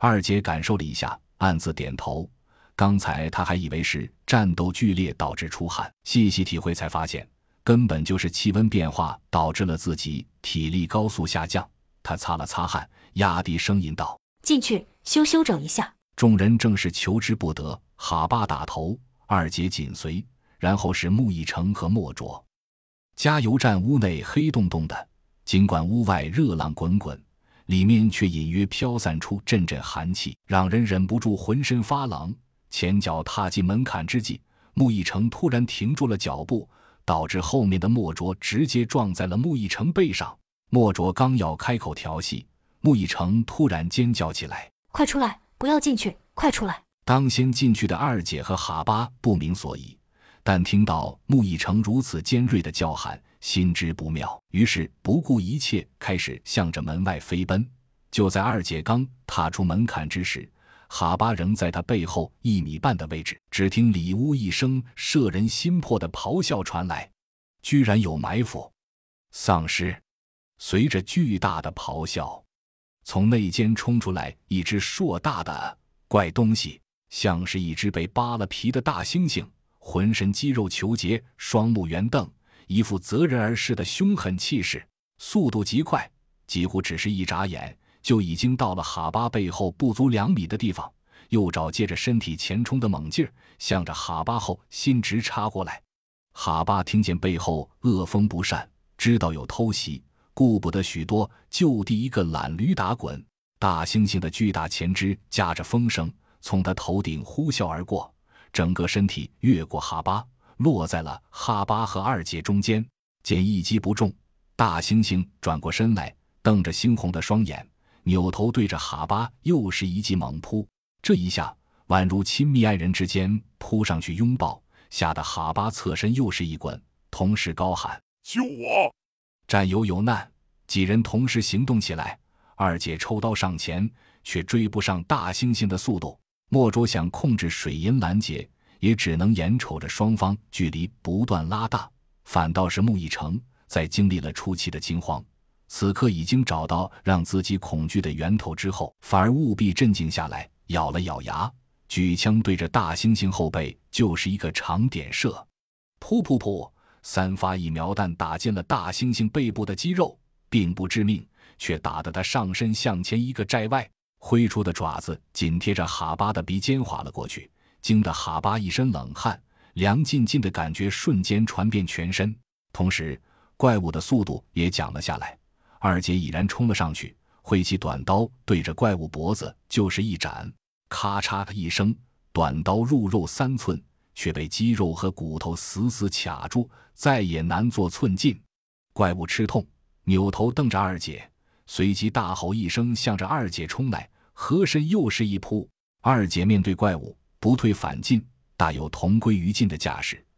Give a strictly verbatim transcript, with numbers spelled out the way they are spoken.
二姐感受了一下，暗自点头。刚才他还以为是战斗剧烈导致出汗，细细体会才发现根本就是气温变化导致了自己体力高速下降。他擦了擦汗，压低声音道： 进去修修整一下。 众人正是求之不得，哈巴打头，二姐紧随，然后是穆一成和莫卓。加油站屋内黑洞洞的，尽管屋外热浪滚滚，里面却隐约飘散出阵阵寒气，让人忍不住浑身发冷。前脚踏进门槛之际，穆一成突然停住了脚步，导致后面的莫卓直接撞在了穆一成背上。莫卓刚要开口调戏，穆一成突然尖叫起来： 快出来，不要进去，快出来！ 当先进去的二姐和哈巴不明所以，但听到穆一成如此尖锐的叫喊，心知不妙，于是不顾一切开始向着门外飞奔。就在二姐刚踏出门槛之时，哈巴仍在他背后一米半的位置，只听里屋一声摄人心魄的咆哮传来，居然有埋伏！丧尸！随着巨大的咆哮，从内间冲出来一只硕大的怪东西，像是一只被扒了皮的大猩猩，浑身肌肉虬结，双目圆瞪，一副择人而噬的凶狠气势，速度极快，几乎只是一眨眼就已经到了哈巴背后不足两米的地方。右爪接着身体前冲的猛劲儿，向着哈巴后心直插过来。哈巴听见背后恶风不善，知道有偷袭，顾不得许多，就地一个懒驴打滚。大猩猩的巨大前肢夹着风声从他头顶呼啸而过，整个身体越过哈巴，落在了哈巴和二姐中间。见一击不中，大猩猩转过身来，瞪着猩红的双眼，扭头对着哈巴又是一记猛扑。这一下宛如亲密爱人之间扑上去拥抱，吓得哈巴侧身又是一滚，同时高喊： 救我！ 战友有难！几人同时行动起来，二姐抽刀上前，却追不上大猩猩的速度。莫卓想控制水银拦截，也只能眼瞅着双方距离不断拉大。反倒是穆一成在经历了初期的惊慌，此刻已经找到让自己恐惧的源头之后，反而务必镇静下来，咬了咬牙，举枪对着大猩猩后背就是一个长点射。噗噗噗，三发疫苗弹打进了大猩猩背部的肌肉，并不致命，却打得他上身向前一个寨外，挥出的爪子紧贴着哈巴的鼻尖划了过去，惊得哈巴一身冷汗，凉浸浸的感觉瞬间传遍全身。同时怪物的速度也降了下来，二姐已然冲了上去，挥起短刀对着怪物脖子就是一斩，咔嚓一声，短刀入肉三寸，却被肌肉和骨头死死卡住，再也难做寸进。怪物吃痛，扭头瞪着二姐，随即大吼一声，向着二姐冲来，合身又是一扑。二姐面对怪物不退反进，大有同归于尽的架势，